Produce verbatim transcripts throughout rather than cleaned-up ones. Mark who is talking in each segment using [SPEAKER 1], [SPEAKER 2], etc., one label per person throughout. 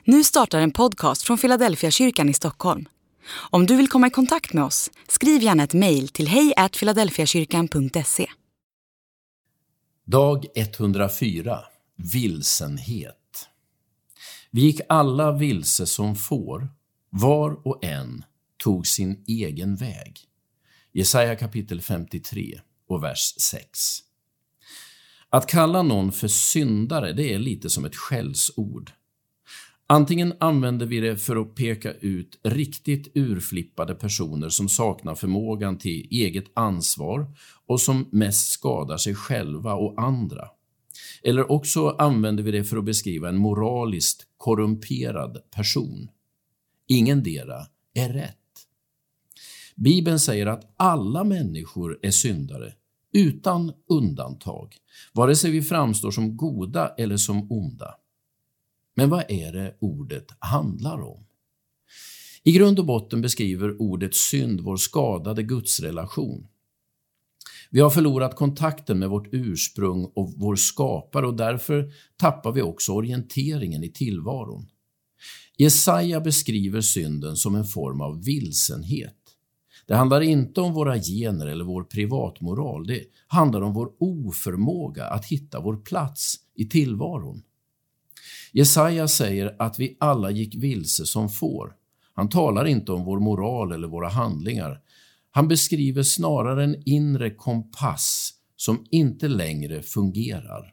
[SPEAKER 1] Nu startar en podcast från Philadelphia kyrkan i Stockholm. Om du vill komma i kontakt med oss, skriv gärna ett mejl till hej at philadelphiakyrkan punkt se.
[SPEAKER 2] Dag etthundrafyra. Vilsenhet. Vi gick alla vilse som får, var och en tog sin egen väg. Jesaja kapitel femtiotre och vers sex. Att kalla någon för syndare, det är lite som ett skällsord. Antingen använder vi det för att peka ut riktigt urflippade personer som saknar förmågan till eget ansvar och som mest skadar sig själva och andra. Eller också använder vi det för att beskriva en moraliskt korrumperad person. Ingendera är rätt. Bibeln säger att alla människor är syndare, utan undantag, vare sig vi framstår som goda eller som onda. Men vad är det ordet handlar om? I grund och botten beskriver ordet synd vår skadade gudsrelation. Vi har förlorat kontakten med vårt ursprung och vår skapare och därför tappar vi också orienteringen i tillvaron. Jesaja beskriver synden som en form av vilsenhet. Det handlar inte om våra gener eller vår privatmoral. Det handlar om vår oförmåga att hitta vår plats i tillvaron. Jesaja säger att vi alla gick vilse som får. Han talar inte om vår moral eller våra handlingar. Han beskriver snarare en inre kompass som inte längre fungerar.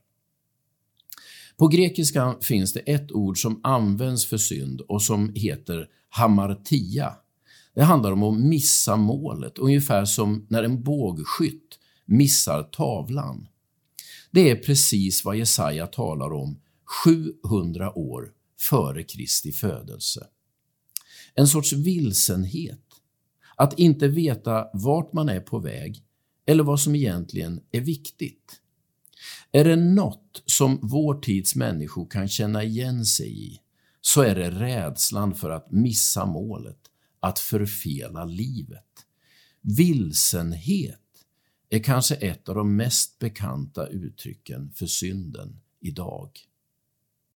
[SPEAKER 2] På grekiska finns det ett ord som används för synd och som heter hamartia. Det handlar om att missa målet, ungefär som när en bågskytt missar tavlan. Det är precis vad Jesaja talar om sjuhundra år före Kristi födelse. En sorts vilsenhet, att inte veta vart man är på väg eller vad som egentligen är viktigt. Är det något som vår tids människor kan känna igen sig i, så är det rädslan för att missa målet, att förfela livet. Vilsenhet är kanske ett av de mest bekanta uttrycken för synden idag.